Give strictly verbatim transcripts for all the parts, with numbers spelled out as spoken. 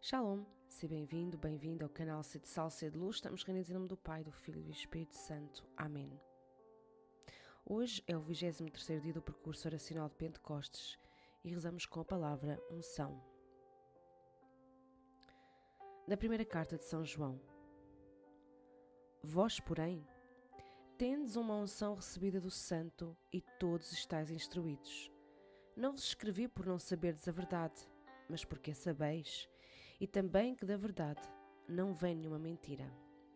Shalom, seja bem-vindo, bem-vindo ao canal C de Sal, C de Luz. Estamos reunidos em nome do Pai, do Filho e do Espírito Santo. Amém. Hoje é o vigésimo terceiro dia do percurso oracional de Pentecostes e rezamos com a palavra unção. Da primeira carta de São João. Vós, porém, tendes uma unção recebida do Santo e todos estáis instruídos. Não vos escrevi por não saberdes a verdade, mas porque a sabeis, e também que da verdade não vem nenhuma mentira.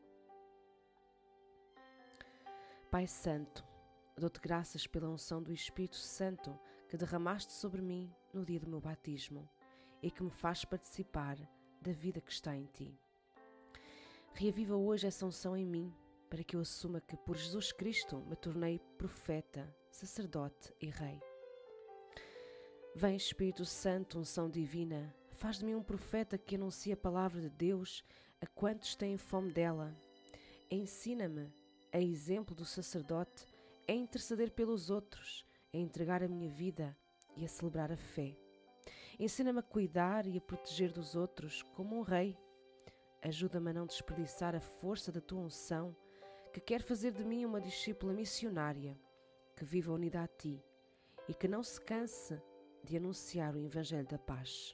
Pai Santo, dou-te graças pela unção do Espírito Santo que derramaste sobre mim no dia do meu batismo e que me faz participar da vida que está em ti. Reaviva hoje essa unção em mim, para que eu assuma que por Jesus Cristo me tornei profeta, sacerdote e rei. Vem, Espírito Santo, unção divina, faz de mim um profeta que anuncia a palavra de Deus a quantos têm fome dela. Ensina-me, a exemplo do sacerdote, a interceder pelos outros, a entregar a minha vida e a celebrar a fé. Ensina-me a cuidar e a proteger dos outros como um rei. Ajuda-me a não desperdiçar a força da tua unção, que quer fazer de mim uma discípula missionária, que viva unida a ti e que não se canse de anunciar o Evangelho da paz.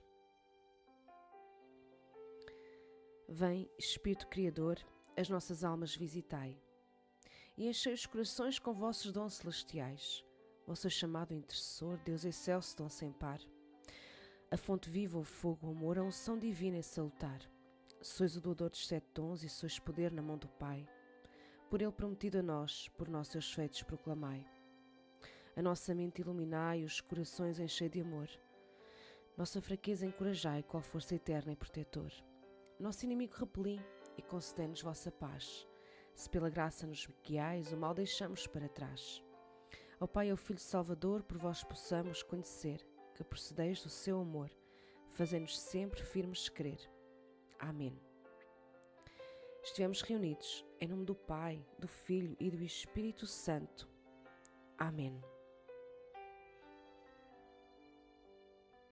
Vem, Espírito Criador, as nossas almas visitai, e enchei os corações com vossos dons celestiais, vosso chamado intercessor, Deus excelso, dom sem par. A fonte viva, o fogo, o amor, a unção divina e salutar. Sois o doador dos sete dons e sois poder na mão do Pai. Por ele prometido a nós, por nós seus feitos proclamai. A nossa mente iluminai, os corações enchei de amor. Nossa fraqueza encorajai, qual força eterna e protetor. Nosso inimigo repeli e concedei-nos vossa paz. Se pela graça nos guiais, o mal deixamos para trás. Ao Pai e ao Filho Salvador, por vós possamos conhecer que procedeis do seu amor, fazendo-nos sempre firmes de crer. Amém. Estivemos reunidos em nome do Pai, do Filho e do Espírito Santo. Amém.